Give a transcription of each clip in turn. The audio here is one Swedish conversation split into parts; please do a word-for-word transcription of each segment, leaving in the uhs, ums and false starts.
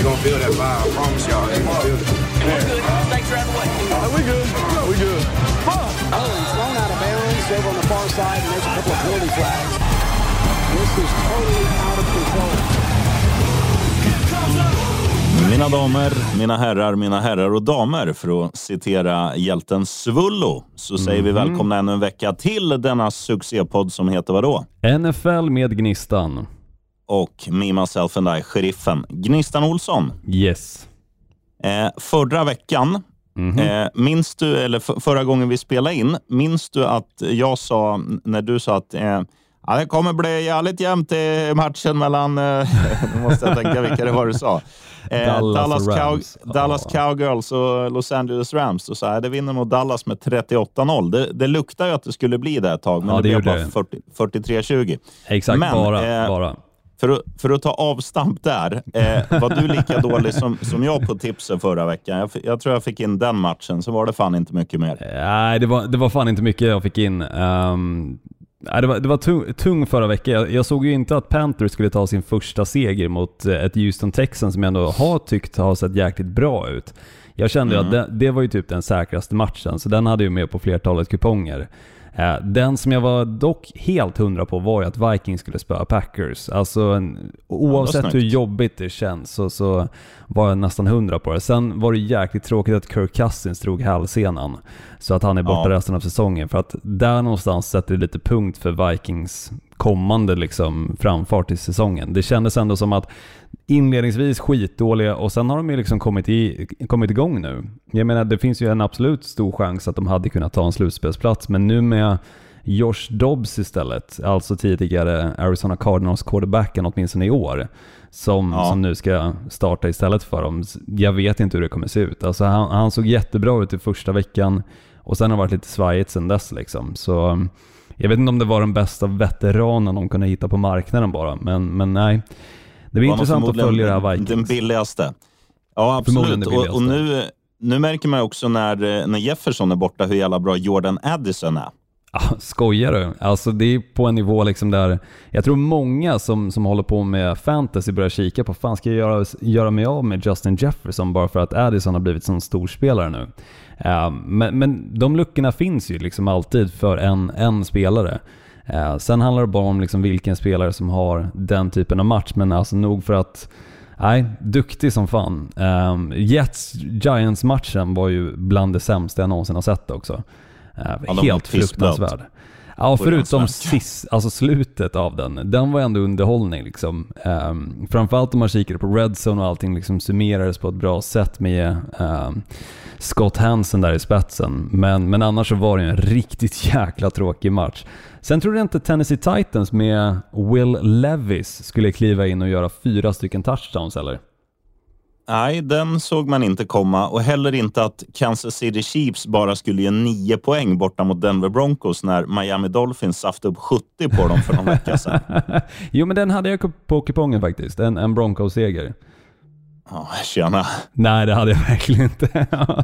gonna feel that vibe. I promise y'all, they gonna feel it. We're good. Snakes are out of the way. Are we good? We good. Oh, he's thrown out of bounds over on the far side, and there's a couple of penalty flags. This is totally out of control. Mina damer, mina herrar, mina herrar och damer, för att citera hjälten Svullo, så säger vi välkomna ännu en vecka till denna succépodd som heter vadå? N F L med Gnistan. Och me, myself and I, sheriffen Gnistan Olsson. Yes. Eh, förra veckan, mm-hmm. eh, minns du, eller f- förra gången vi spelade in, minns du att jag sa, när du sa att eh, ja, det kommer bli jävligt jämnt i matchen mellan, eh, nu måste jag tänka vilka det var du sa. Eh, Dallas, Dallas, Cow- Dallas oh. Cowgirls och Los Angeles Rams. Och så här, det vinner nog Dallas med trettioåtta noll. Det, det luktar ju att det skulle bli det ett tag, men ja, det, det blev bara det. fyrtio, fyrtiotre tjugo. Exakt, men, bara. Eh, bara. För att, för att ta avstamp där, eh, var du lika dålig som, som jag på tipsen förra veckan? Jag, jag tror jag fick in den matchen, så var det fan inte mycket mer. Nej, det var, det var fan inte mycket jag fick in. Um, nej, det var, det var tung, tung förra veckan. Jag, jag såg ju inte att Panthers skulle ta sin första seger mot ett Houston Texans som jag ändå har tyckt har sett jäkligt bra ut. Jag kände mm. att det, det var ju typ den säkraste matchen, så den hade ju med på flertalet kuponger. Den som jag var dock helt hundra på var ju att Vikings skulle spöa Packers. Alltså oavsett ja, hur jobbigt det känns så, så var jag nästan hundra på det. Sen var det jäkligt tråkigt att Kirk Cousins drog hälsenan, så att han är borta ja. resten av säsongen. För att där någonstans sätter det lite punkt för Vikings kommande liksom framfart i säsongen. Det kändes ändå som att inledningsvis skitdåliga, och sen har de ju liksom kommit, i, kommit igång nu. Jag menar, det finns ju en absolut stor chans att de hade kunnat ta en slutspelsplats, men nu med Josh Dobbs istället, alltså tidigare Arizona Cardinals quarterbacken åtminstone i år, som, ja. som nu ska starta istället för dem. Jag vet inte hur det kommer se ut. Alltså han, han såg jättebra ut i första veckan, och sen har det varit lite svajigt sen dess liksom. Så jag vet inte om det var den bästa veteranen de kunde hitta på marknaden bara, men, men nej. Det blir intressant att följa det här Vikings. Den billigaste. Ja, absolut. Och, och nu, nu märker man också när, när Jefferson är borta hur jävla bra Jordan Addison är. Ja, skojar du? Alltså det är på en nivå liksom där jag tror många som, som håller på med fantasy börjar kika på, fan ska jag göra, göra mig av med Justin Jefferson bara för att Addison har blivit sån stor spelare nu. Uh, men, men de luckorna finns ju liksom alltid för en, en spelare. Uh, sen handlar det bara om liksom vilken spelare som har den typen av match, men alltså nog för att nej, duktig som fan. Um, Jets-Giants-matchen var ju bland det sämsta jag någonsin har sett också. Uh, ja, helt fruktansvärd. Ja, förutom sist, alltså slutet av den. Den var ändå underhållning liksom. Um, framförallt om man kikade på Red Zone och allting liksom summerades på ett bra sätt med um, Scott Hansen där i spetsen. Men, men annars så var det en riktigt jäkla tråkig match. Sen trodde jag inte Tennessee Titans med Will Levis skulle kliva in och göra fyra stycken touchdowns, eller? Nej, den såg man inte komma, och heller inte att Kansas City Chiefs bara skulle ge nio poäng borta mot Denver Broncos när Miami Dolphins saftade upp sjuttio på dem för någon vecka sedan. Jo, men den hade jag på kupongen faktiskt, en, en Broncos-seger. Ja, tjena. Nej, det hade jag verkligen inte.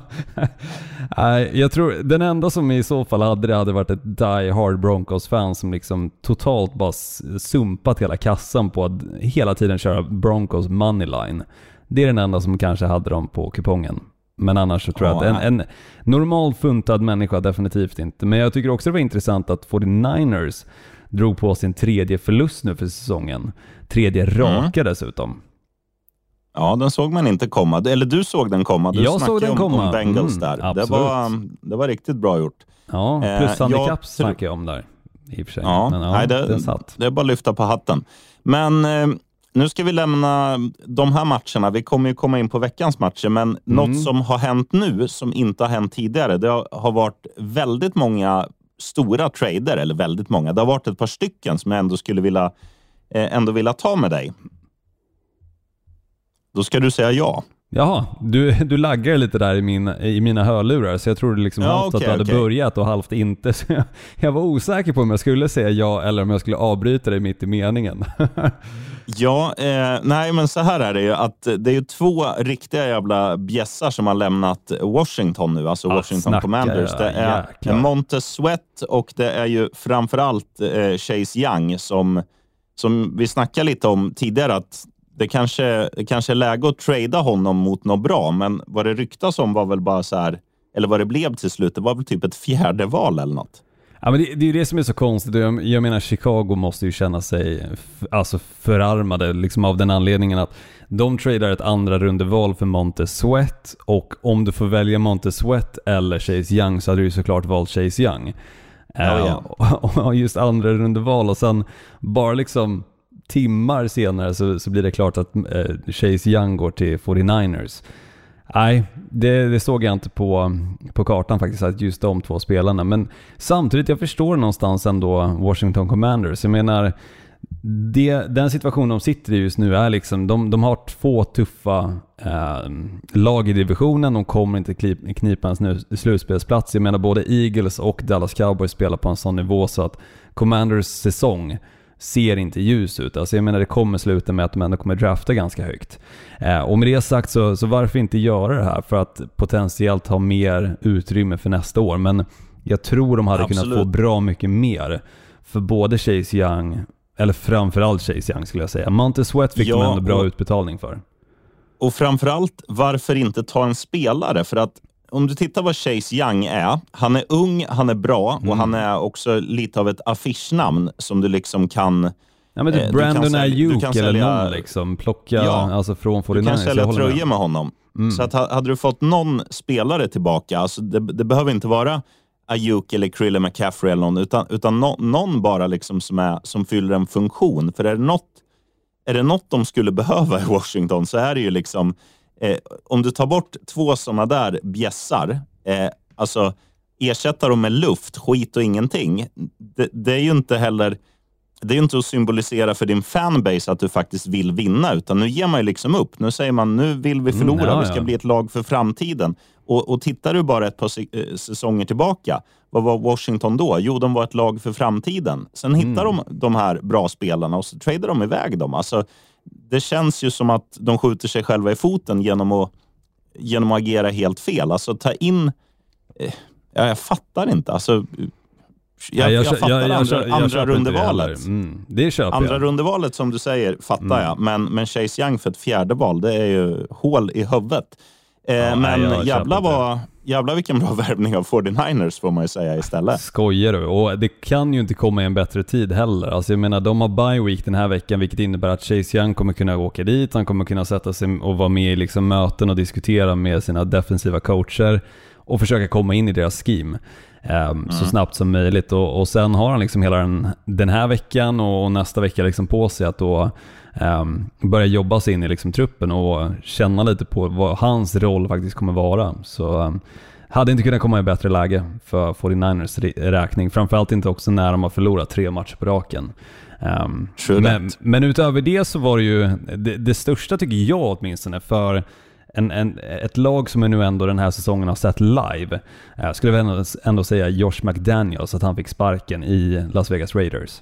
Jag tror den enda som i så fall hade det hade varit ett die hard Broncos-fan som liksom totalt bara sumpat hela kassan på att hela tiden köra Broncos moneyline. Det är den enda som kanske hade dem på kupongen. Men annars så tror jag oh, att en, en normal funtad människa definitivt inte. Men jag tycker också det var intressant att fyrtionioers drog på sin tredje förlust nu för säsongen. Tredje raka mm. dessutom. Ja, den såg man inte komma. Eller du såg den komma. Du jag såg den om, komma. om Bengals mm, där. Det var, det var riktigt bra gjort. Ja, plus eh, handikapp snackar jag om där. I och för sig. Ja, Men, ja nej, det, den satt. det är bara att lyfta på hatten. Men eh, nu ska vi lämna de här matcherna. Vi kommer ju komma in på veckans matcher. Men mm. något som har hänt nu som inte har hänt tidigare. Det har, har varit väldigt många stora trader. Eller väldigt många. Det har varit ett par stycken som jag ändå skulle vilja, eh, ändå vilja ta med dig. Då ska du säga ja. Jaha, du, du laggar lite där i, min, i mina hörlurar, så jag trodde liksom ja, halvt okay, att du hade okay. börjat och halvt inte. Så jag, jag var osäker på om jag skulle säga ja eller om jag skulle avbryta dig mitt i meningen. ja, eh, nej men så här är det ju att det är ju två riktiga jävla bjässar som har lämnat Washington nu, alltså ah, Washington snacka, Commanders. Det är jäklar. Montez Sweat och det är ju framförallt eh, Chase Young som, som vi snackade lite om tidigare, att det kanske, det kanske är läge att trada honom mot något bra, men vad det ryktas om var väl bara så här, eller vad det blev till slut, det var väl typ ett fjärde val eller något. Ja, men det, det är ju det som är så konstigt. Jag, jag menar, Chicago måste ju känna sig f- alltså förarmade liksom av den anledningen att de tradar ett andra rundeval för Montez Sweat, och om du får välja Montez Sweat eller Chase Young så hade du ju såklart valt Chase Young. Ja, ja. Uh, och just andra rundeval, och sen bara liksom timmar senare så, så blir det klart att uh, Chase Young går till fyrtionioers. Nej, det, det såg jag inte på, på kartan faktiskt, att just de två spelarna. Men samtidigt, jag förstår någonstans ändå Washington Commanders. Jag menar, det, den situationen de sitter i just nu är liksom, de, de har två tuffa eh, lag i divisionen. De kommer inte knip, knipa en snu, slutspelsplats. Jag menar, både Eagles och Dallas Cowboys spelar på en sån nivå så att Commanders säsong ser inte ljus ut. Alltså jag menar, det kommer sluta med att de ändå kommer drafta ganska högt. Eh, och med det sagt så, så varför inte göra det här för att potentiellt ha mer utrymme för nästa år. Men jag tror de hade Absolut. kunnat få bra mycket mer för både Chase Young, eller framförallt Chase Young skulle jag säga. Montez Sweat fick ja, de ändå bra och, utbetalning för. Och framförallt, varför inte ta en spelare? För att om du tittar vad Chase Young är, han är ung, han är bra mm. och han är också lite av ett affischnamn som du liksom kan... Ja, men typ Brandon Ayuk eller sälja, någon liksom plocka ja, alltså från fyrtionioers. Du kan sälja tröjor med honom. Mm. Så att hade du fått någon spelare tillbaka, alltså det, det behöver inte vara Ayuk eller Krille McCaffrey eller någon, utan, utan no, någon bara liksom som, är, som fyller en funktion. För är det något, är det något de skulle behöva i Washington så är det ju liksom eh, om du tar bort två sådana där bjässar, eh, alltså ersätta dem med luft, skit och ingenting. Det, det är ju inte heller, det är ju inte att symbolisera för din fanbase att du faktiskt vill vinna, utan nu ger man ju liksom upp. Nu säger man, nu vill vi förlora, mm, ja, vi ska ja. bli ett lag för framtiden. Och, och tittar du bara ett par säsonger tillbaka, vad var Washington då? Jo, de var ett lag för framtiden. Sen hittar mm. de de här bra spelarna och så tradar de iväg dem. Alltså, det känns ju som att de skjuter sig själva i foten genom att, genom att agera helt fel. Alltså ta in... Eh, ja, jag fattar inte. Alltså... Jag, jag, jag fattar jag, jag, andra, jag, jag andra rundevalet. Det, mm, det köper andra jag. rundevalet som du säger fattar mm. jag. Men, men Chase Young för ett fjärde val, det är ju hål i huvudet. Eh, ja, men nej, jävla, var, jävla vilken bra värvning av fyrtionioers får man ju säga istället. Skojar du? Och det kan ju inte komma i en bättre tid heller. Alltså jag menar, de har bye week den här veckan, vilket innebär att Chase Young kommer kunna åka dit. Han kommer kunna sätta sig och vara med i liksom möten och diskutera med sina defensiva coacher och försöka komma in i deras scheme. Um, mm. så snabbt som möjligt och, och sen har han liksom hela den, den här veckan och, och nästa vecka liksom på sig att då um, börja jobba sig in i liksom truppen och känna lite på vad hans roll faktiskt kommer vara. Så um, hade inte kunnat komma i bättre läge för fyrtionioers räkning, framförallt inte också när de har förlorat tre matcher på raken. Um, men, men utöver det så var det ju det, det största, tycker jag åtminstone, för En, en, ett lag som är nu ändå den här säsongen har sett live. Jag skulle ändå, ändå säga Josh McDaniels, att han fick sparken i Las Vegas Raiders.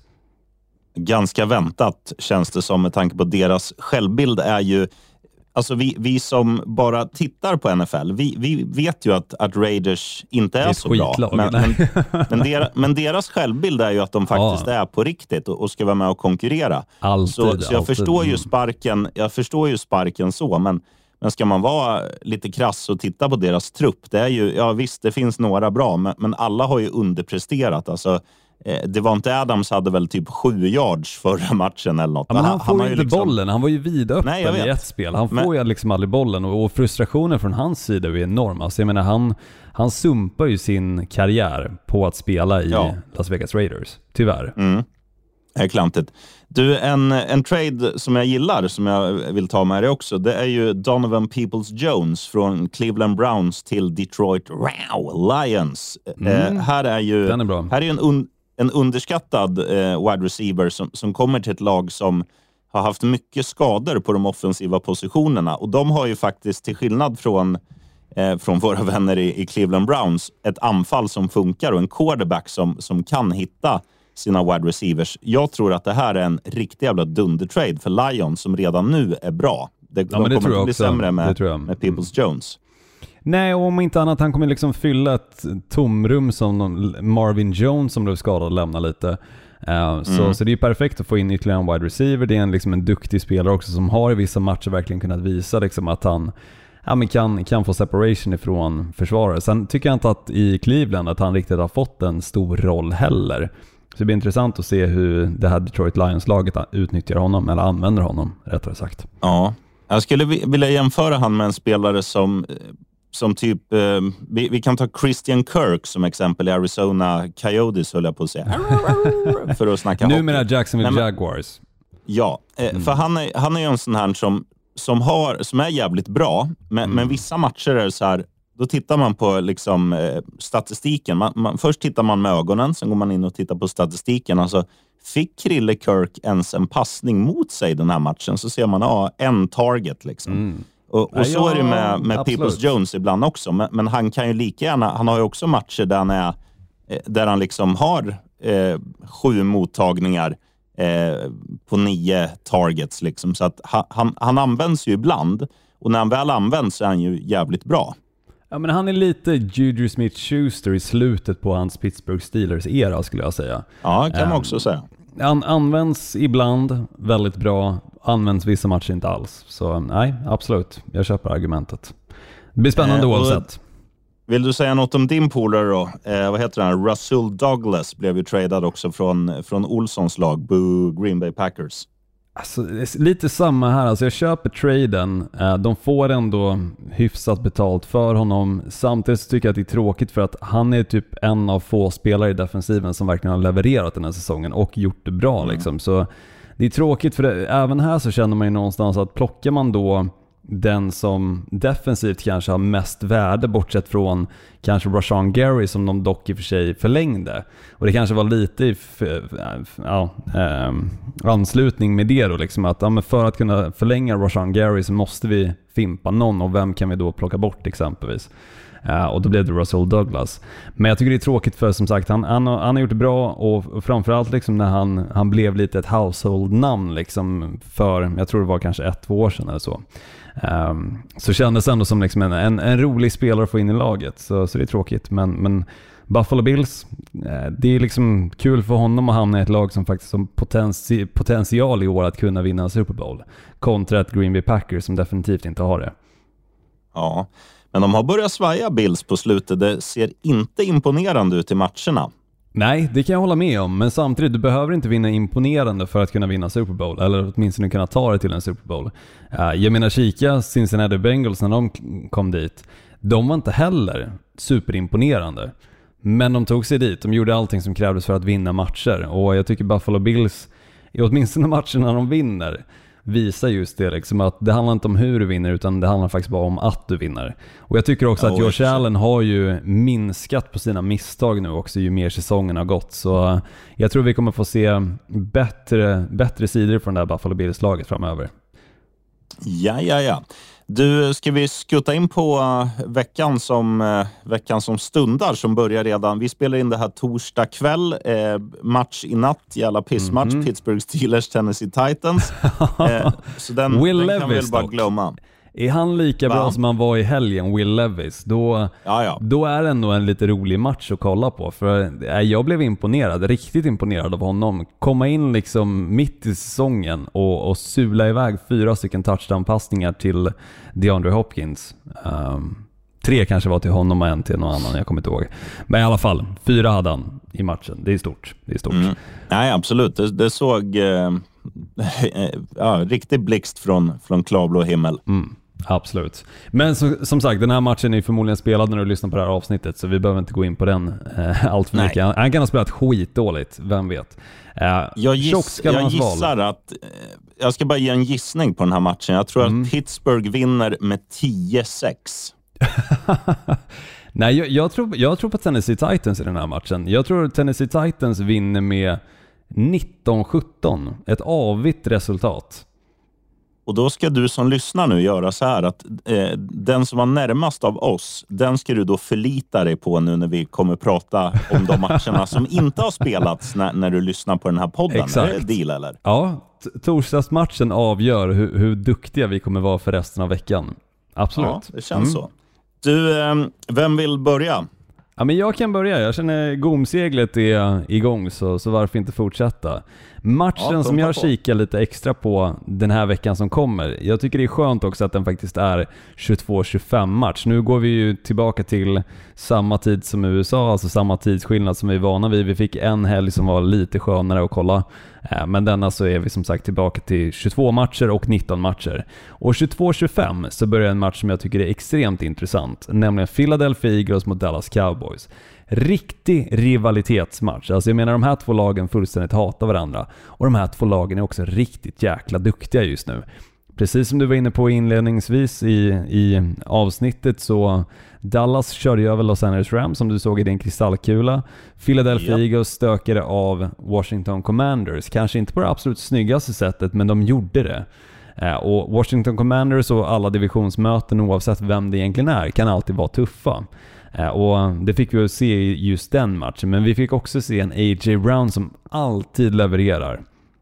Ganska väntat känns det som, med tanke på deras självbild är ju... Alltså vi, vi som bara tittar på N F L, vi, vi vet ju att, att Raiders inte är, är så bra. Men, men, men, deras, men deras självbild är ju att de faktiskt ja. är på riktigt och, och ska vara med och konkurrera. Alltid, så så jag, alltid. Förstår ju sparken, jag förstår ju sparken så, men... Men ska man vara lite krass och titta på deras trupp, det är ju, ja visst, det finns några bra, men, men alla har ju underpresterat. Alltså, eh, Devonte Adams hade väl typ sju yards förra matchen eller något. Ja, men han, han får han ju inte liksom... bollen, han var ju vidöppen i ett spel. Han men... får ju liksom aldrig bollen och, och frustrationen från hans sida är enorm. Alltså, jag menar, han, han sumpar ju sin karriär på att spela i ja. Las Vegas Raiders, tyvärr. Mm. Det är klantigt. Du, en, en trade som jag gillar, som jag vill ta med dig också, det är ju Donovan Peoples-Jones från Cleveland Browns till Detroit wow, Lions. Mm. Eh, här är ju, Den är bra. Här är ju en, un, en underskattad eh, wide receiver som, som kommer till ett lag som har haft mycket skador på de offensiva positionerna. Och de har ju faktiskt, till skillnad från, eh, från våra vänner i, i Cleveland Browns, ett anfall som funkar och en quarterback som, som kan hitta sina wide receivers. Jag tror att det här är en riktig jävla dundertrade för Lions som redan nu är bra. Det, ja, de men det kommer inte bli också. sämre med, med Peoples-Jones. Nej, och om inte annat, han kommer liksom fylla ett tomrum som Marvin Jones som blev skadad lämna lite. Uh, så, Mm. så det är perfekt att få in ytterligare en wide receiver. Det är en, liksom en duktig spelare också som har i vissa matcher verkligen kunnat visa liksom, att han ja, men kan, kan få separation ifrån försvarare. Sen tycker jag inte att i Cleveland att han riktigt har fått en stor roll heller. Så det blir intressant att se hur det här Detroit Lions-laget utnyttjar honom, eller använder honom, rättare sagt. Ja, jag skulle vilja jämföra han med en spelare som, som typ, eh, vi, vi kan ta Christian Kirk som exempel i Arizona Coyotes, höll jag på att säga. För att snacka hockey. Numera Jacksonville Nej, men, Jaguars. Ja, eh, mm. för han är, han är ju en sån här som, som, har, som är jävligt bra, men, mm. men vissa matcher är det så här, då tittar man på liksom, eh, statistiken. Man, man, först tittar man med ögonen, sen går man in och tittar på statistiken. Alltså, fick Krille Kirk ens en passning mot sig den här matchen, så ser man ja, en target. Liksom. Mm. Och, och ja, så är det med, med Peoples Jones ibland också. Men, men han kan ju lika gärna, han har ju också matcher där han, är, där han liksom har eh, sju mottagningar eh, på nio targets. Liksom. Så att han, han används ju ibland, och när han väl används är han ju jävligt bra. Ja, men han är lite Juju Smith-Schuster i slutet på hans Pittsburgh Steelers-era, skulle jag säga. Ja, det kan man också säga. Han används ibland väldigt bra, används vissa matcher inte alls. Så nej, absolut. Jag köper argumentet. Det blir spännande eh, oavsett. Vill du säga något om din polare då? Eh, vad heter han? Russell Douglas blev ju tradad också från, från Olssons lag, Boo Green Bay Packers. Alltså, lite samma här. Alltså, jag köper traden. De får ändå hyfsat betalt för honom. Samtidigt så tycker jag att det är tråkigt för att han är typ en av få spelare i defensiven som verkligen har levererat den här säsongen och gjort det bra. Mm. Liksom. Så det är tråkigt för det. Även här så känner man ju någonstans att plockar man då den som defensivt kanske har mest värde, bortsett från kanske Rashawn Gary som de dock i och för sig förlängde, och det kanske var lite i f- ja, eh, anslutning med det då, liksom att ja, men för att kunna förlänga Rashawn Gary så måste vi fimpa någon, och vem kan vi då plocka bort exempelvis? Uh, och då blev det Russell Douglas. Men jag tycker det är tråkigt för, som sagt, han, han, han har gjort det bra, och framförallt liksom när han, han blev lite ett household-namn liksom för, jag tror det var kanske ett, två år sedan eller så. Um, så kändes det ändå som liksom en, en, en rolig spelare att få in i laget. Så, så det är tråkigt. Men, men Buffalo Bills, eh, det är liksom kul för honom att hamna i ett lag som faktiskt har potenti- potential i år att kunna vinna en Super Bowl, kontra ett Green Bay Packers som definitivt inte har det. Ja, men de har börjat svaja Bills på slutet. Det ser inte imponerande ut i matcherna. Nej, det kan jag hålla med om. Men samtidigt, du behöver inte vinna imponerande för att kunna vinna Super Bowl. Eller åtminstone kunna ta det till en Super Bowl. Uh, jag menar, kika Cincinnati Bengals när de kom dit. De var inte heller superimponerande. Men de tog sig dit. De gjorde allting som krävdes för att vinna matcher. Och jag tycker Buffalo Bills, i åtminstone matcherna de vinner, visar just det liksom, att det handlar inte om hur du vinner, utan det handlar faktiskt bara om att du vinner. Och jag tycker också ja, att Josh Allen har ju minskat på sina misstag nu också ju mer säsongen har gått. Så jag tror vi kommer få se bättre, bättre sidor från det här Buffalo Bills-laget framöver. Ja, ja, ja. Du, ska vi skutta in på uh, veckan, som, uh, veckan som stundar, som börjar redan. Vi spelar in det här torsdag kväll. Eh, match i natt, jävla pissmatch. Mm-hmm. Pittsburgh Steelers, Tennessee Titans. eh, så den, Will den Levis kan vi väl bara dock glömma. Är han lika Va? bra som han var i helgen, Will Levis, då, ja, ja. då är det ändå en lite rolig match att kolla på. För jag blev imponerad, riktigt imponerad av honom. Komma in liksom mitt i säsongen och, och sula iväg fyra stycken touchdown-passningar till DeAndre Hopkins. Um, tre kanske var till honom och en till någon annan, jag kommer inte ihåg. Men i alla fall, fyra hade han i matchen. Det är stort. Det är stort. Mm. Nej, absolut. Det, det såg eh, ja, riktigt blixt från, från klarblå himmel. Mm. Absolut. Men så, som sagt, den här matchen är förmodligen spelad när du lyssnar på det här avsnittet, så vi behöver inte gå in på den eh, allt för Nej. mycket. Han, han kan ha spelat skitdåligt, vem vet. Eh, jag giss, jag gissar att eh, jag ska bara ge en gissning på den här matchen. Jag tror mm. att Pittsburgh vinner med tio sex. Nej, jag, jag, tror, jag tror på Tennessee Titans i den här matchen. Jag tror att Tennessee Titans vinner med nitton sjutton. Ett avvitt resultat. Och då ska du som lyssnar nu göra så här att eh, den som var närmast av oss, den ska du då förlita dig på nu när vi kommer prata om de matcherna som inte har spelats när, när du lyssnar på den här podden. Exakt. Är det deal eller? Ja, t- torsdagsmatchen avgör hur, hur duktiga vi kommer vara för resten av veckan. Absolut. Ja, det känns mm. så. Du, eh, vem vill börja? Ja, men jag kan börja. Jag känner gomseglet är igång, så, så varför inte fortsätta? Matchen ja, som jag på. kikar lite extra på den här veckan som kommer. Jag tycker det är skönt också att den faktiskt är tjugotvå tjugofem match. Nu går vi ju tillbaka till samma tid som U S A, alltså samma tidsskillnad som vi är vana vid. Vi fick en helg som var lite skönare att kolla. Men denna så är vi som sagt tillbaka till tjugotvå matcher och nitton matcher. Och tjugotvå tjugofem så börjar en match som jag tycker är extremt intressant, nämligen Philadelphia Eagles mot Dallas Cowboys. Riktig rivalitetsmatch. Alltså jag menar, de här två lagen fullständigt hatar varandra. Och de här två lagen är också riktigt jäkla duktiga just nu. Precis som du var inne på inledningsvis i, i avsnittet, så Dallas körde ju över Los Angeles Rams som du såg i din kristallkula. Philadelphia yep. Eagles stökade av Washington Commanders. Kanske inte på det absolut snyggaste sättet, men de gjorde det. Och Washington Commanders och alla divisionsmöten, oavsett vem det egentligen är, kan alltid vara tuffa. Och det fick vi se i just den matchen. Men vi fick också se en A J Brown som alltid levererar.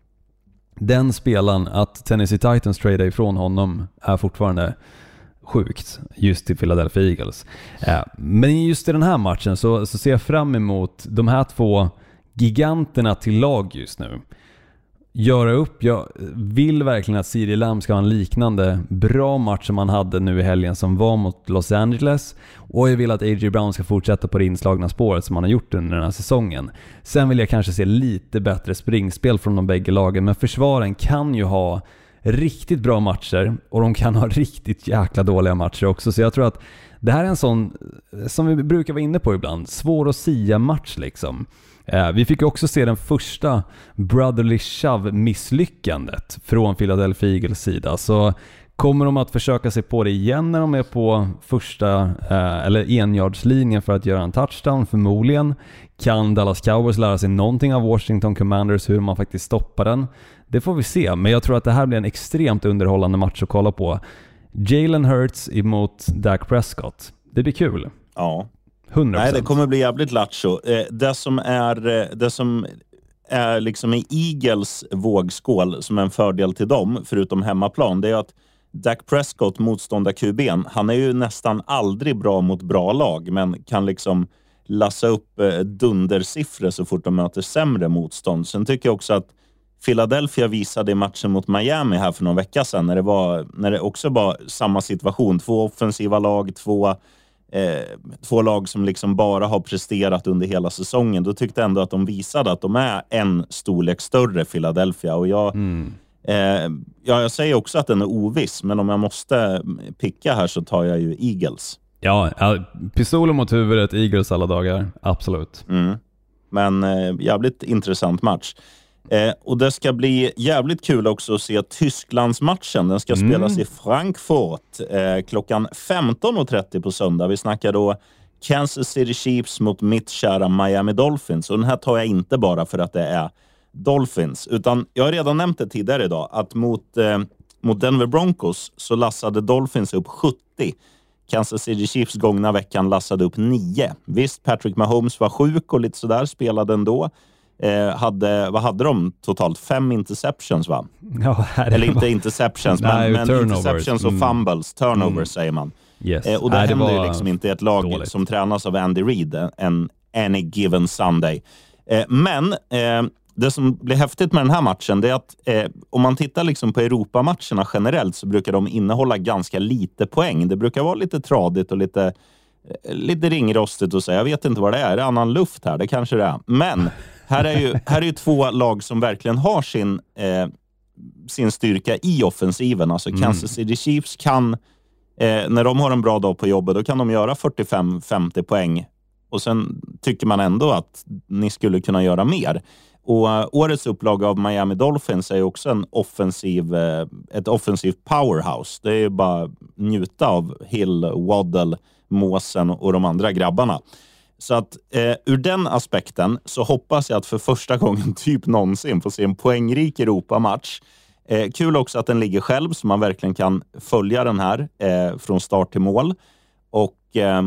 Den spelaren, att Tennessee Titans tradar ifrån honom, är fortfarande sjukt just till Philadelphia Eagles. Men just i den här matchen så, så ser jag fram emot de här två giganterna till lag just nu. Göra upp. Jag vill verkligen att CeeDee Lamb ska ha en liknande bra match som han hade nu i helgen som var mot Los Angeles, och jag vill att A J Brown ska fortsätta på det inslagna spåret som han har gjort under den här säsongen. Sen vill jag kanske se lite bättre springspel från de bägge lagen, men försvaren kan ju ha riktigt bra matcher och de kan ha riktigt jäkla dåliga matcher också, så jag tror att det här är en sån, som vi brukar vara inne på ibland, svår att sia match liksom. Eh, vi fick också se den första brotherly shove-misslyckandet från Philadelphia Eagles sida. Så kommer de att försöka sig på det igen när de är på första eh, eller enjardslinjen för att göra en touchdown? Förmodligen. Kan Dallas Cowboys lära sig någonting av Washington Commanders, hur man faktiskt stoppar den? Det får vi se, men jag tror att det här blir en extremt underhållande match att kolla på. Jalen Hurts emot Dak Prescott. Det blir kul. Ja. hundra procent. Nej, det kommer bli jävligt lattjo. Det som är, det som är liksom i Eagles vågskål som är en fördel till dem, förutom hemmaplan, det är att Dak Prescott, motståndar Q B:n, han är ju nästan aldrig bra mot bra lag, men kan liksom lassa upp dundersiffror så fort de möter sämre motstånd. Sen tycker jag också att Philadelphia visade i matchen mot Miami här för någon vecka sedan, när det, var, när det också var samma situation. Två offensiva lag, två, eh, två lag som liksom bara har presterat under hela säsongen. Då tyckte jag ändå att de visade att de är en storlek större, Philadelphia. Och jag, mm. eh, ja, jag säger också att den är oviss, men om jag måste picka här så tar jag ju Eagles. Ja, pistolen mot huvudet, Eagles alla dagar, absolut. Mm. Men eh, jävligt intressant match. Eh, och det ska bli jävligt kul också att se Tysklandsmatchen. Den ska mm. spelas i Frankfurt eh, klockan femton och trettio på söndag. Vi snackar då Kansas City Chiefs mot mitt kära Miami Dolphins. Och den här tar jag inte bara för att det är Dolphins, utan jag har redan nämnt det tidigare idag att mot, eh, mot Denver Broncos så lassade Dolphins upp sjuttio. Kansas City Chiefs gångna veckan lassade upp nio. Visst, Patrick Mahomes var sjuk och lite sådär, spelade ändå. Eh, hade, vad hade de totalt? Fem interceptions, va? Ja, Eller inte interceptions, Nej, men, men interceptions och fumbles. Turnovers mm. säger man. Yes. Eh, och det Nej, händer det ju liksom inte i ett lag dåligt. Som tränas av Andy Reid en any given Sunday. Eh, men eh, det som blir häftigt med den här matchen, det är att eh, om man tittar liksom på Europamatcherna generellt så brukar de innehålla ganska lite poäng. Det brukar vara lite tradigt och lite lite ringrostigt att säga. Jag vet inte vad det är. Är det annan luft här? Det kanske det är. Men här är ju, här är ju två lag som verkligen har sin, eh, sin styrka i offensiven. Alltså mm. Kansas City Chiefs kan, eh, när de har en bra dag på jobbet, då kan de göra fyrtiofem femtio poäng. Och sen tycker man ändå att ni skulle kunna göra mer. Och uh, årets upplaga av Miami Dolphins är ju också en offensiv, uh, ett offensivt powerhouse. Det är ju bara njuta av Hill, Waddle, Måsen och de andra grabbarna. Så att eh, ur den aspekten så hoppas jag att för första gången typ någonsin få se en poängrik Europamatch. Eh, kul också att den ligger själv så man verkligen kan följa den här eh, från start till mål. Och eh,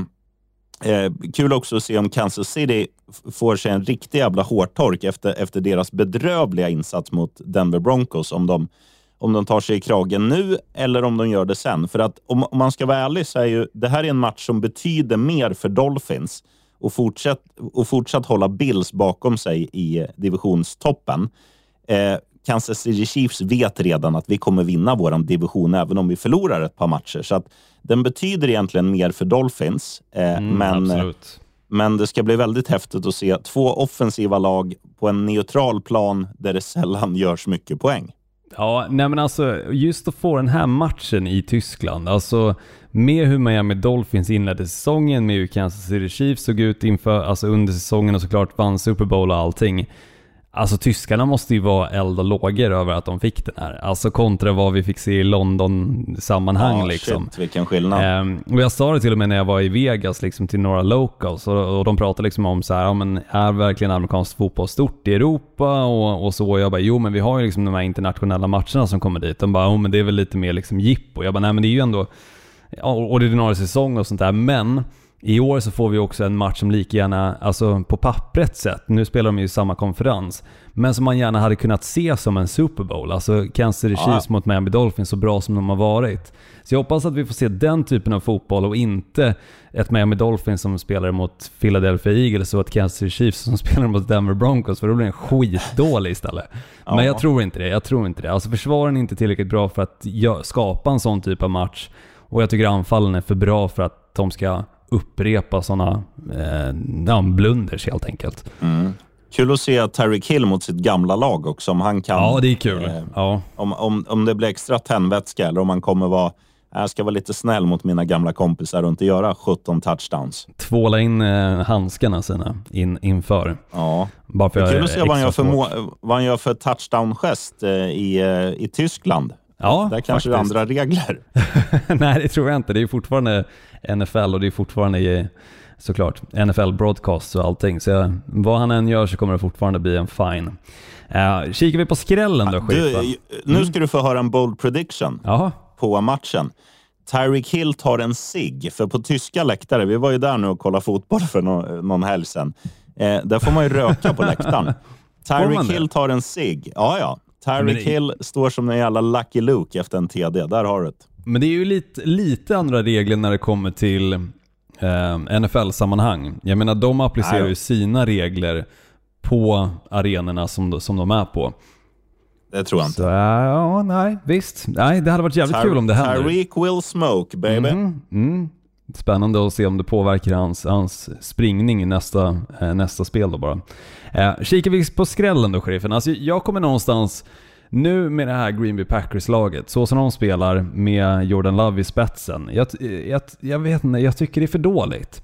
eh, kul också att se om Kansas City får sig en riktig jävla hårtork efter, efter deras bedrövliga insats mot Denver Broncos. Om de Om de tar sig i kragen nu eller om de gör det sen. För att om, om man ska vara ärlig så är ju det här är en match som betyder mer för Dolphins och fortsatt, och fortsatt hålla Bills bakom sig i divisionstoppen. Eh, Kansas City Chiefs vet redan att vi kommer vinna våran division även om vi förlorar ett par matcher. Så att den betyder egentligen mer för Dolphins. Eh, Mm, men, absolut. men det ska bli väldigt häftigt att se två offensiva lag på en neutral plan där det sällan görs mycket poäng. Ja, nej men alltså just att få den här matchen i Tyskland, alltså med hur Miami Dolphins inledde säsongen, med hur Kansas City Chiefs såg ut inför, alltså under säsongen och såklart vann Super Bowl och allting. Alltså tyskarna måste ju vara eld och lågor över att de fick den här. Alltså kontra vad vi fick se i London-sammanhang Ja, liksom. Shit, vilken skillnad. Ehm, och jag sa det till och med när jag var i Vegas liksom, till några locals och, och de pratade liksom om så här, ja, men är verkligen amerikansk fotboll stort i Europa och, och så. Och jag bara, jo men vi har ju liksom de här internationella matcherna som kommer dit. De bara, jo men det är väl lite mer liksom jippo. Jag bara, nej men det är ju ändå ordinarie säsong och sånt där. Men i år så får vi också en match som lika gärna, alltså på pappret sett, nu spelar de ju samma konferens, men som man gärna hade kunnat se som en Super Bowl. Alltså Kansas City Chiefs ja. mot Miami Dolphins, så bra som de har varit. Så jag hoppas att vi får se den typen av fotboll och inte ett Miami Dolphins som spelar mot Philadelphia Eagles och ett Kansas City Chiefs som spelar mot Denver Broncos, för då blir den skitdålig istället. Ja. Men jag tror inte det, jag tror inte det. Alltså försvaren är inte tillräckligt bra för att skapa en sån typ av match, och jag tycker anfallen är för bra för att de ska upprepa sådana eh, blunders helt enkelt. Mm. Kul att se Tyreek Hill mot sitt gamla lag också. Om han kan, ja, det är kul. Eh, ja. om, om, om det blir extra tändvätska eller om man kommer vara, jag ska vara lite snäll mot mina gamla kompisar och inte göra sjutton touchdowns. Tvåla in eh, handskarna sina in, inför. Ja. Bara för det är kul att se vad han gör för, må, svårt. vad han gör för touchdown-gest eh, i, eh, i Tyskland. Ja, där kanske det är andra regler. Nej, det tror jag inte. Det är fortfarande N F L och det är fortfarande såklart N F L broadcast och allting. Så jag, vad han än gör så kommer det fortfarande bli en fine. Uh, kikar vi på skrällen då, du, Nu ska du få höra en bold prediction. Aha. På matchen. Tyreek Hill tar en cigg, för på tyska läktare, vi var ju där nu och kollade fotboll för någon, någon helg sedan. Eh, där får man ju röka på läktaren. Tyreek Hill tar en cigg. Ja, ja. Tyreek Hill står som en jävla Lucky Luke efter en T D. Där har du det. Men det är ju lite, lite andra regler när det kommer till eh, N F L-sammanhang. Jag menar, de applicerar nej. ju sina regler på arenorna som, som de är på. Det tror jag inte. Så, ja, nej, visst. Nej, det hade varit jävligt Ty- kul om det händer. Tyreek will smoke, baby. Mm, mm. Spännande att se om det påverkar hans, hans springning i nästa, eh, nästa spel då bara. Eh, kikar vi på skrällen då, sheriffen. Alltså, jag kommer någonstans nu med det här Green Bay Packers-laget, så som de spelar med Jordan Love i spetsen. Jag, jag, jag vet inte, jag tycker det är för dåligt.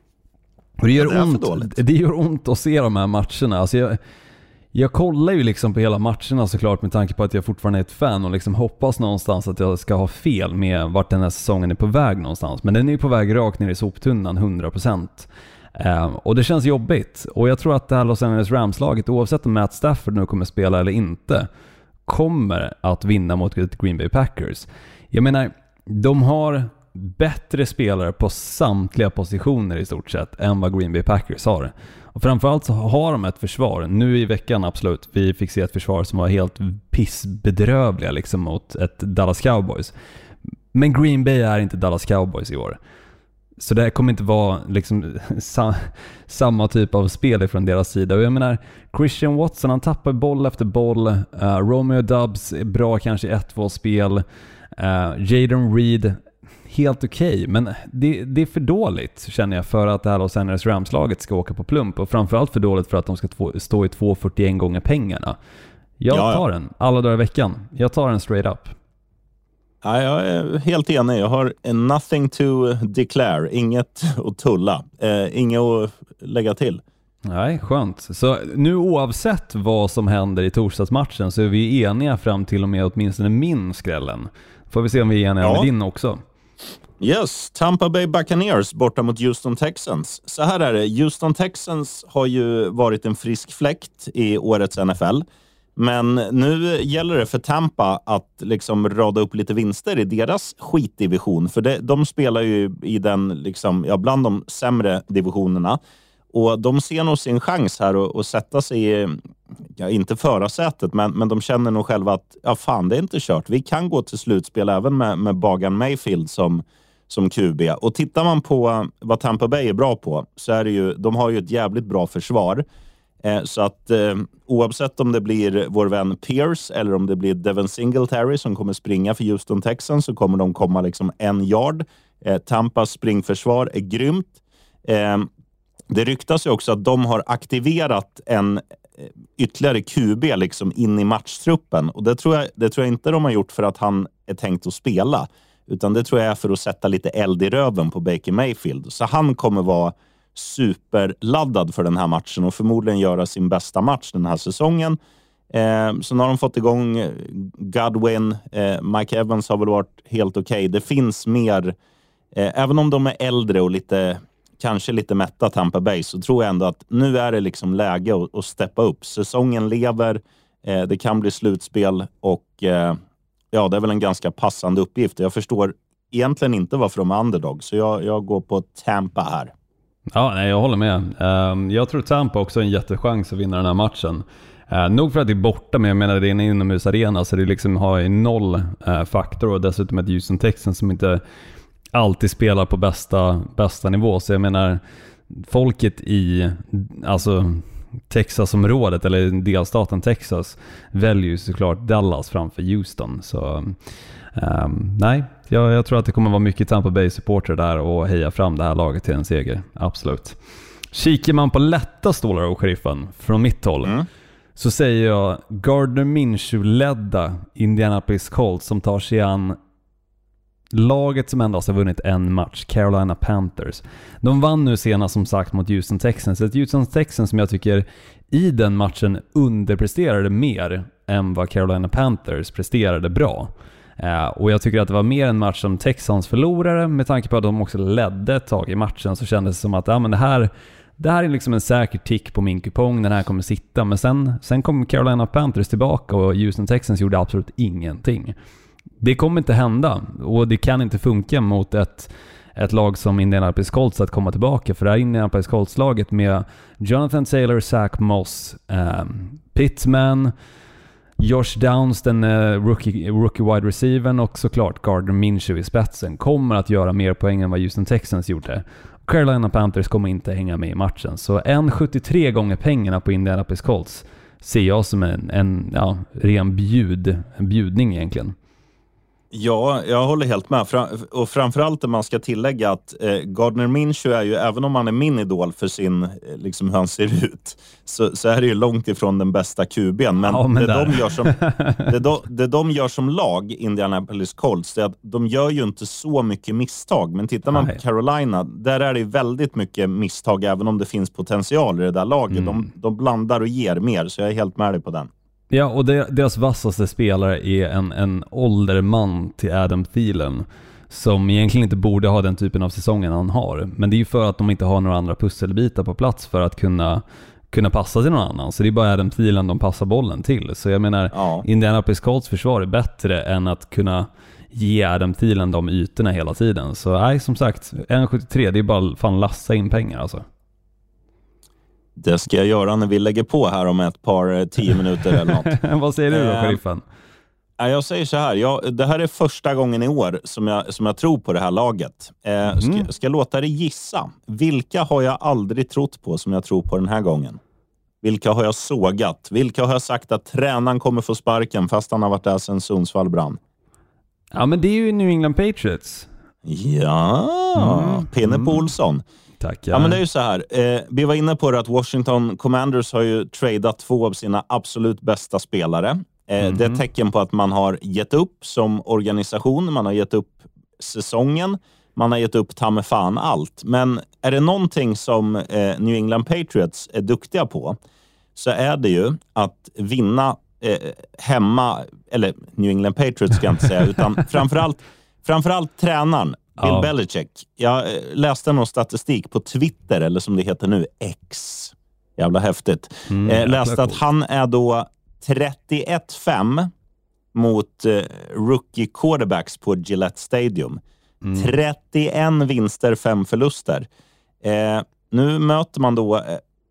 Och det gör, ja, det ont, det gör ont att se de här matcherna. Alltså jag, jag kollar ju liksom på hela matcherna såklart med tanke på att jag fortfarande är ett fan och liksom hoppas någonstans att jag ska ha fel med vart den här säsongen är på väg någonstans. Men den är ju på väg rakt ner i soptunnan hundra procent. Uh, och det känns jobbigt. Och jag tror att det här Los Angeles Rams-laget, oavsett om Matt Stafford nu kommer spela eller inte, kommer att vinna mot Green Bay Packers. Jag menar, de har bättre spelare på samtliga positioner i stort sett än vad Green Bay Packers har. Och framförallt så har de ett försvar. Nu i veckan absolut, vi fick se ett försvar som var helt pissbedrövliga liksom mot ett Dallas Cowboys. Men Green Bay är inte Dallas Cowboys i år. Så det kommer inte vara liksom sa, samma typ av spel från deras sida. Och jag menar, Christian Watson, han tappar boll efter boll. Uh, Romeo Doubs är bra kanske i ett två spel. Uh, Jaden Reed, helt okej. Okay. Men det, det är för dåligt, känner jag, för att det här Los Angeles Rams-laget ska åka på plump. Och framförallt för dåligt för att de ska två, stå i två fyrtioen gånger pengarna. Jag ja, tar ja. den alla dagar i veckan. Jag tar den straight up. Ja, jag är helt enig. Jag har nothing to declare. Inget att tulla. Eh, inget att lägga till. Nej, skönt. Så nu oavsett vad som händer i torsdagsmatchen så är vi eniga fram till och med åtminstone min skrällen. Får vi se om vi är eniga ja. med din också. Yes, Tampa Bay Buccaneers borta mot Houston Texans. Så här är det. Houston Texans har ju varit en frisk fläkt i årets N F L. Men nu gäller det för Tampa att liksom rada upp lite vinster i deras skitdivision. För det, de spelar ju i den, liksom, ja, bland de sämre divisionerna. Och de ser nog sin chans här att, att sätta sig i, ja, inte förarsätet, men, men de känner nog själva att ja, fan, det är inte kört. Vi kan gå till slutspel även med, med Bagan Mayfield som, som Q B. Och tittar man på vad Tampa Bay är bra på så är det ju, de har ju ett jävligt bra försvar. Eh, så att eh, oavsett om det blir vår vän Pierce eller om det blir Devin Singletary som kommer springa för Houston Texans, så kommer de komma liksom en yard. Eh, Tampas springförsvar är grymt. Eh, det ryktas ju också att de har aktiverat en ytterligare Q B liksom in i matchtruppen. Och det tror, jag, det tror jag inte de har gjort för att han är tänkt att spela. Utan det tror jag är för att sätta lite eld i röven på Baker Mayfield. Så han kommer vara superladdad för den här matchen och förmodligen göra sin bästa match den här säsongen. Eh, så nu har de fått igång Godwin. Eh, Mike Evans har väl varit helt okej. Okay. Det finns mer, eh, även om de är äldre och lite, kanske lite mätta Tampa Bay, så tror jag ändå att nu är det liksom läge att, att steppa upp. Säsongen lever, eh, det kan bli slutspel och eh, ja, det är väl en ganska passande uppgift. Jag förstår egentligen inte varför de är underdog, så jag, jag går på Tampa här. Ja, nej, jag håller med. Um, jag tror Tampa också har en jättechans att vinna den här matchen. Uh, nog för att det är borta, men jag menar det är en inomhusarena, så det liksom har noll uh, faktor, och dessutom ett Houston Texans som inte alltid spelar på bästa, bästa nivå. Så jag menar, folket i alltså Texasområdet eller delstaten Texas väljer ju såklart Dallas framför Houston. Så um, nej, jag, jag tror att det kommer vara mycket Tampa Bay-supporter där och heja fram det här laget till en seger. Absolut. Kikar man på lätta stålar och sheriffen från mitt håll, mm. så säger jag Gardner Minshew-ledda Indianapolis Colts som tar sig an laget som endast har vunnit en match, Carolina Panthers. De vann nu senast som sagt mot Houston Texans. Ett Houston Texans som jag tycker i den matchen underpresterade mer än vad Carolina Panthers presterade bra. Uh, och jag tycker att det var mer en match som Texans förlorare, med tanke på att de också ledde ett tag i matchen, så kändes det som att ja, men det här det här är liksom en säker tick på min kupong, den här kommer sitta. Men sen, sen kom Carolina Panthers tillbaka och Houston Texans gjorde absolut ingenting. Det kommer inte hända, och det kan inte funka mot ett, ett lag som Indianapolis Colts att komma tillbaka. För det här Indianapolis Colts-laget med Jonathan Taylor, Zach Moss, eh, Pittman, Josh Downs, den uh, rookie, rookie wide receivern, och såklart Gardner Minshew i spetsen kommer att göra mer poäng än vad Houston Texans gjorde. Carolina Panthers kommer inte hänga med i matchen. Så en komma sjuttiotre gånger pengarna på Indianapolis Colts ser jag som en, en ja, ren bjud, en bjudning egentligen. Ja, jag håller helt med. Och framförallt att man ska tillägga att eh, Gardner Minshew är ju, även om han är min idol för sin, liksom hur han ser ut, så, så är det ju långt ifrån den bästa Q B:n. Men, ja, men det, de gör som, det, de, det de gör som lag, Indianapolis Colts, det är att de gör ju inte så mycket misstag. Men tittar man Nej. på Carolina, där är det väldigt mycket misstag, även om det finns potential i det där laget. Mm. De, de blandar och ger mer, så jag är helt med dig på den. Ja, och deras vassaste spelare är en, en ålderman till Adam Thielen, som egentligen inte borde ha den typen av säsongen han har. Men det är ju för att de inte har några andra pusselbitar på plats för att kunna, kunna passa till någon annan. Så det är bara Adam Thielen de passar bollen till. Så jag menar, ja. Indianapolis Colts försvar är bättre än att kunna ge Adam Thielen de ytorna hela tiden. Så nej, som sagt, en komma sjuttiotre, det är bara fan lassa in pengar alltså. Det ska jag göra när vi lägger på här om ett par tio minuter eller något. Vad säger du då, sheriffen? Eh, jag säger så här. Jag, det här är första gången i år som jag, som jag tror på det här laget. Eh, mm. ska, ska jag låta dig gissa? Vilka har jag aldrig trott på som jag tror på den här gången? Vilka har jag sågat? Vilka har jag sagt att tränaren kommer få sparken fast han har varit där sedan Sundsvall brann? Ja, men det är ju New England Patriots. Ja, mm. Pinne på Olsson. Tackar. Ja, men det är ju så här. Eh, vi var inne på det att Washington Commanders har ju tradat två av sina absolut bästa spelare. Eh, mm-hmm. Det är ett tecken på att man har gett upp som organisation. Man har gett upp säsongen. Man har gett upp ta med fan allt. Men är det någonting som eh, New England Patriots är duktiga på, så är det ju att vinna eh, hemma. Eller New England Patriots ska jag inte säga, utan framförallt, framförallt tränaren. Bill ja. Belichick. Jag läste någon statistik på Twitter, eller som det heter nu, X. Jävla häftigt. Mm, jag läste cool. att han är då trettioett fem mot eh, rookie quarterbacks på Gillette Stadium. Mm. trettioen vinster, fem förluster. Eh, nu möter man då eh,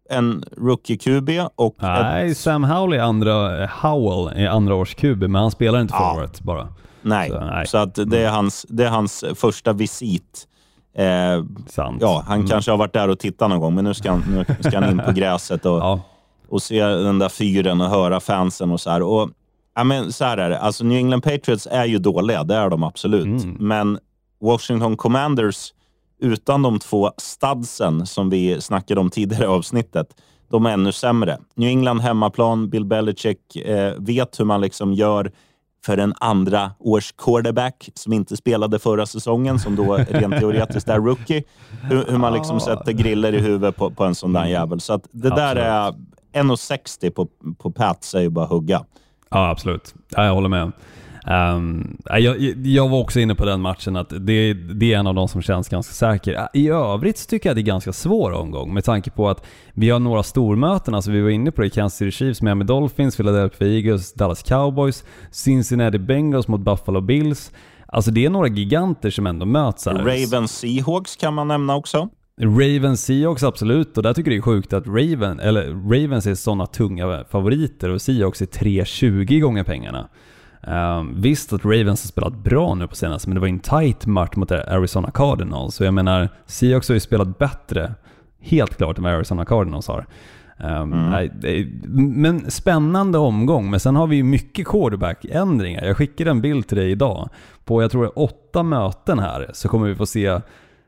en rookie-Q B och... Nej, ett... Sam Howell är andra, Howell är andra års Q B, men han spelar inte ja. forward bara. Nej, så, nej. så att det är, hans, det är hans första visit. Eh, Sant. Ja, han mm. kanske har varit där och tittat någon gång, men nu ska han, nu ska han in på gräset och, ja. och se den där fyren och höra fansen och så här. Och, ja, men så här är det. Alltså, New England Patriots är ju dåliga, det är de absolut. Mm. Men Washington Commanders, utan de två studsen som vi snackade om tidigare i avsnittet, de är ännu sämre. New England hemmaplan, Bill Belichick eh, vet hur man liksom gör för en andra års quarterback som inte spelade förra säsongen, som då rent teoretiskt är rookie. Hur, hur man liksom sätter griller i huvudet på, på en sån där jävel. Så att det där är en komma sextio på, på Pats är ju bara hugga. Ja, absolut. Ja, jag håller med. Um, jag, jag var också inne på den matchen att det, det är en av de som känns ganska säker. I övrigt så tycker jag det är ganska svår omgång med tanke på att vi har några stormöten. Alltså vi var inne på det: Kansas City Chiefs, Miami Dolphins, Philadelphia Eagles, Dallas Cowboys, Cincinnati Bengals mot Buffalo Bills. Alltså det är några giganter som ändå möts här. Ravens Seahawks kan man nämna också. Ravens Seahawks, absolut. Och där tycker jag det är sjukt att Raven, eller Ravens är sådana tunga favoriter och Seahawks är tre tjugo gånger pengarna. Um, visst att Ravens har spelat bra nu på senaste, men det var en tight match mot Arizona Cardinals. Så jag menar, Seahawks har ju spelat bättre, helt klart, än vad Arizona Cardinals har. Um, mm. nej, det, men spännande omgång. Men sen har vi ju mycket quarterback-ändringar. Jag skickade en bild till dig idag. På, jag tror det är åtta möten här, så kommer vi få se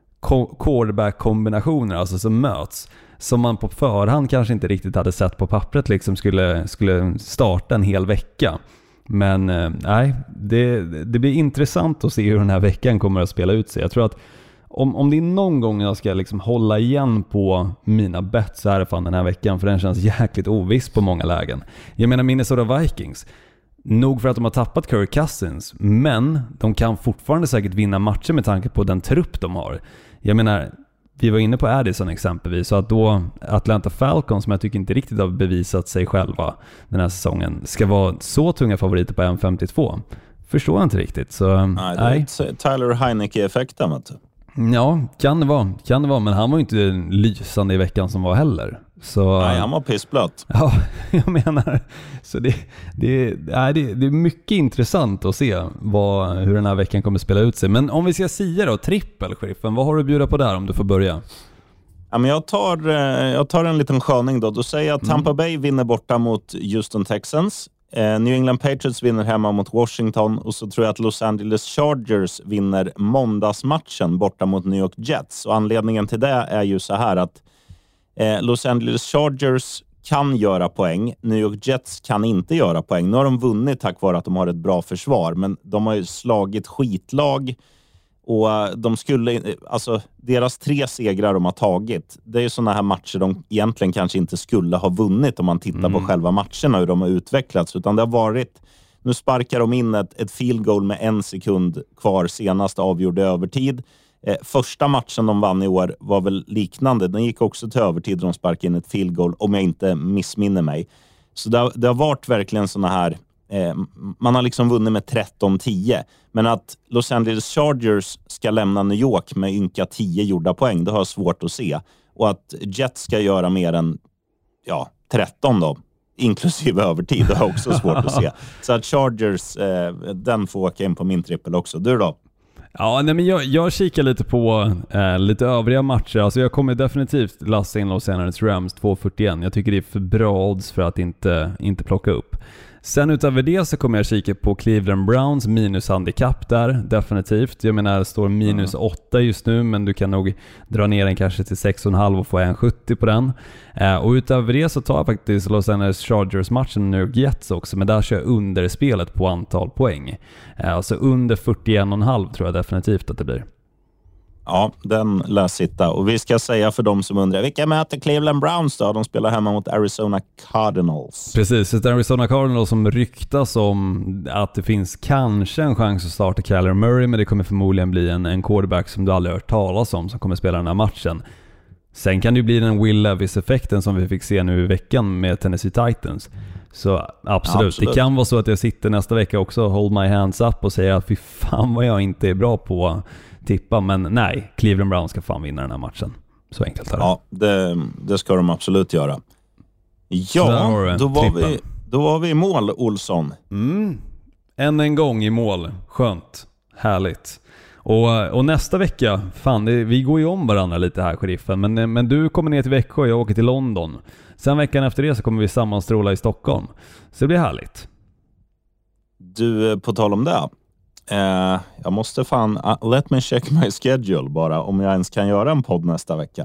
quarterback-kombinationer, alltså som möts, som man på förhand kanske inte riktigt hade sett på pappret liksom skulle, skulle starta en hel vecka. Men eh, nej, det, det blir intressant att se hur den här veckan kommer att spela ut sig. Jag tror att om, om det är någon gång jag ska liksom hålla igen på mina bets, så är det fan den här veckan, för den känns jäkligt oviss på många lägen. Jag menar Minnesota Vikings, nog för att de har tappat Kirk Cousins, men de kan fortfarande säkert vinna matcher med tanke på den trupp de har. Jag menar, vi var inne på Addison exempelvis, så att då Atlanta Falcons, som jag tycker inte riktigt har bevisat sig själva den här säsongen, ska vara så tunga favoriter på en komma femtiotvå. Förstår jag inte riktigt. Så, nej, det är nej. Tyler Heineke-effekten, vet du. Ja, kan det vara. Kan det vara, men han var ju inte lysande i veckan som var heller. Så, nej, han var pissblött. Ja, jag menar. Så det, det, nej, det, det är mycket intressant att se vad, hur den här veckan kommer att spela ut sig. Men om vi ska säga då, trippel-sheriffen, vad har du att bjuda på där om du får börja? Ja, men jag, tar, jag tar en liten sköning då. Då säger jag att Tampa Bay vinner borta mot Houston Texans. Eh, New England Patriots vinner hemma mot Washington. Och så tror jag att Los Angeles Chargers vinner måndagsmatchen borta mot New York Jets. Och anledningen till det är ju så här att eh, Los Angeles Chargers kan göra poäng. New York Jets kan inte göra poäng. Nu har de vunnit tack vare att de har ett bra försvar. Men de har ju slagit skitlag. Och de skulle, alltså deras tre segrar de har tagit, det är ju sådana här matcher de egentligen kanske inte skulle ha vunnit om man tittar mm. på själva matcherna, hur de har utvecklats. Utan det har varit, nu sparkar de in ett, ett field goal med en sekund kvar, senast avgjorde övertid. Eh, första matchen de vann i år var väl liknande. Den gick också till övertid och de sparkade in ett field goal, om jag inte missminner mig. Så det har, det har varit verkligen såna här, eh, man har liksom vunnit med tretton tio. Men att Los Angeles Chargers ska lämna New York med ynka tio gjorda poäng, det har jag svårt att se. Och att Jets ska göra mer än ja, tretton då, inklusive övertid, det har jag också svårt att se. Så att Chargers, eh, den får åka in på min trippel också. Du då? Ja, nej, men jag, jag kikar lite på eh, lite övriga matcher. Alltså jag kommer definitivt lasta in Los Angeles Rams två fyrtioen. Jag tycker det är för bra odds för att inte, inte plocka upp. Sen utöver det så kommer jag kika på Cleveland Browns minus handikapp där, definitivt. Jag menar, det står minus mm. åtta just nu, men du kan nog dra ner den kanske till sex komma fem och få en sjuttio på den. Eh, och utöver det så tar jag faktiskt Los Angeles Chargers-matchen New York Jets också, men där kör jag under spelet på antal poäng. Eh, alltså under fyrtioen komma fem tror jag definitivt att det blir. Ja, den lär sitta. Och vi ska säga för de som undrar, vilka möter Cleveland Browns då? De spelar hemma mot Arizona Cardinals. Precis, ett Arizona Cardinals som ryktas om att det finns kanske en chans att starta Kyler Murray, men det kommer förmodligen bli en, en quarterback som du aldrig hört talas om som kommer spela den här matchen. Sen kan det ju bli den Will Levis-effekten som vi fick se nu i veckan med Tennessee Titans. Så absolut. absolut, det kan vara så att jag sitter nästa vecka också och hold my hands up och säger att fy fan vad jag inte är bra på tippa, men nej, Cleveland Browns ska fan vinna den här matchen. Så enkelt är det. Ja, det, det ska de absolut göra. Ja, var då var, vi, då var vi i mål, Olsson. Mm. Än en gång i mål. Skönt. Härligt. Och, och nästa vecka, fan, det, vi går ju om varandra lite här, sheriffen. Men, men du kommer ner till Växjö och jag åker till London. Sen veckan efter det så kommer vi sammanstråla i Stockholm. Så det blir härligt. Du, på tal om det. Eh, jag måste fan, uh, let me check my schedule bara, om jag ens kan göra en podd nästa vecka.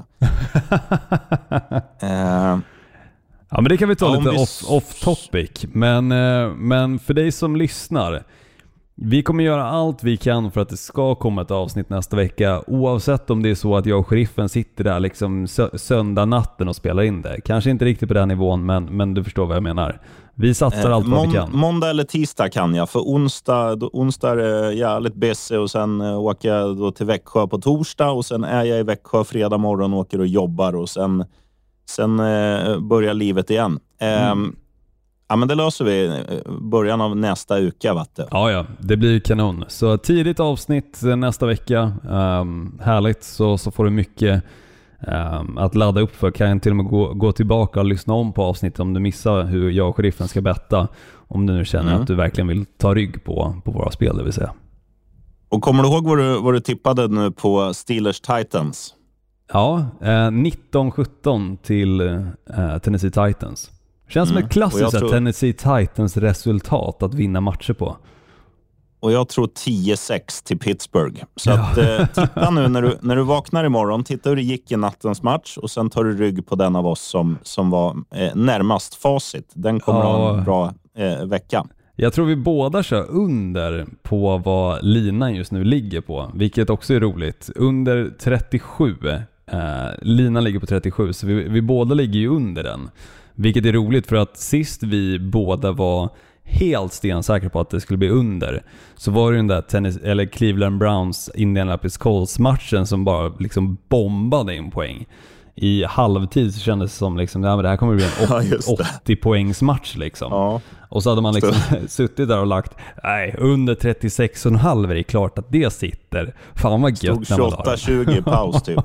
eh, ja, men det kan vi ta ja, lite vi... off, off topic. Men, eh, men för dig som lyssnar, vi kommer göra allt vi kan för att det ska komma ett avsnitt nästa vecka, oavsett om det är så att jag och sheriffen sitter där liksom sö- söndag natten och spelar in det. Kanske inte riktigt på den nivån, men, men du förstår vad jag menar. Vi satsar allt vad Månd- vi kan. Måndag eller tisdag kan jag. För onsdag, då, onsdag är jävligt busy och sen uh, åker jag då till Växjö på torsdag och sen är jag i Växjö fredag morgon och åker och jobbar och sen, sen uh, börjar livet igen. Mm. Um, ja, men det löser vi början av nästa uka, vatten. Ja, ja, det blir kanon. Så tidigt avsnitt nästa vecka. Um, härligt, så, så får du mycket Um, att ladda upp för. Kan jag till och med gå, gå tillbaka och lyssna om på avsnittet om du missar hur jag och sheriffen ska betta, om du nu känner mm. att du verkligen vill ta rygg på, på våra spel, det vill säga. Och kommer du ihåg vad du, vad du tippade nu på Steelers Titans? Ja, eh, nitton sjutton till eh, Tennessee Titans. Känns mm. som ett klassiskt tror... Tennessee Titans resultat att vinna matcher på. Och jag tror tio sex till Pittsburgh. Så ja. att, eh, titta nu när du, när du vaknar imorgon. Titta hur det gick i nattens match. Och sen tar du rygg på den av oss som, som var eh, närmast facit. Den kommer ja. ha en bra eh, vecka. Jag tror vi båda kör under på vad linan just nu ligger på. Vilket också är roligt. Under trettiosju. Eh, linan ligger på trettiosju. Så vi, vi båda ligger ju under den. Vilket är roligt för att sist vi båda var helt stensäker på att det skulle bli under, så var det den där tennis, eller Cleveland Browns Indianapolis Colts matchen som bara liksom bombade in poäng. I halvtid så kändes det som liksom, ja, men det här kommer bli en åttio, åttio poängs match liksom. Ja. Och så hade man liksom suttit där och lagt, nej, under trettiosex komma fem är det klart att det sitter. Fan vad gött. Stod tjugoåtta tjugo i paus typ.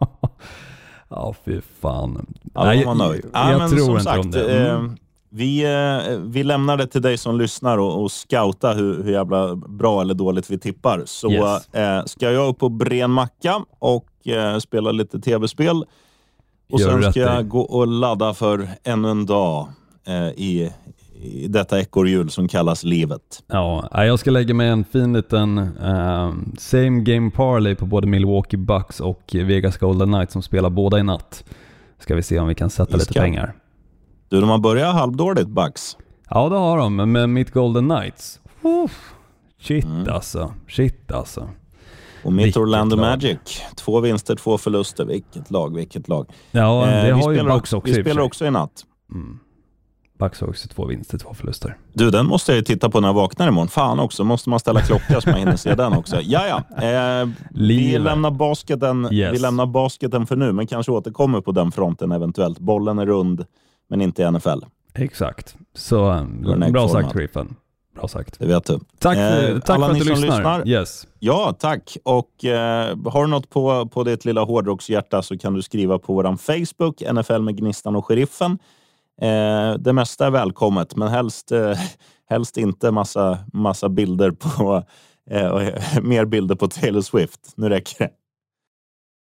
Ja, fy fan. Ja, nej, jag, jag, jag ja, tror inte sagt, om det. Mm. Eh, Vi, vi lämnar det till dig som lyssnar och, och scouta hur, hur jävla bra eller dåligt vi tippar. Så yes. eh, ska jag upp på Bren Macka och eh, spela lite tv-spel. Och Gör sen ska jag i. gå och ladda för ännu en dag eh, i, i detta ekorrhjul som kallas livet. Ja, jag ska lägga med en fin liten uh, same game parlay på både Milwaukee Bucks och Vegas Golden Knights som spelar båda i natt. Ska vi se om vi kan sätta vi lite ska. pengar. Du, de har börjat halvdåligt, Bucks. Ja, det har de. Med mitt Golden Knights. Uff. Shit mm. alltså. Shit alltså. Och mitt vilket Orlando lag. Magic. Två vinster, två förluster. Vilket lag, vilket lag. Ja, det eh, har ju Bucks också. Vi spelar också i natt. Mm. Bucks har också två vinster, två förluster. Du, den måste jag ju titta på när jag vaknar imorgon. Fan också. Måste man ställa klocka så man hinner se den också. Jaja. Eh, vi lämnar basketen. Yes. Vi lämnar basketen för nu. Men kanske återkommer på den fronten eventuellt. Bollen är rund. Men inte i N F L. Exakt. Så um, bra sagt, Griffen. Bra sagt. Det vet du. Tack, eh, tack för att du lyssnar. lyssnar. Yes. Ja, tack. Och eh, har du något på, på ditt lilla hårdrockshjärta så kan du skriva på våran Facebook, N F L med Gnistan och Sheriffen. Eh, det mesta är välkommet, men helst, eh, helst inte massa, massa bilder på, eh, mer bilder på Taylor Swift. Nu räcker det.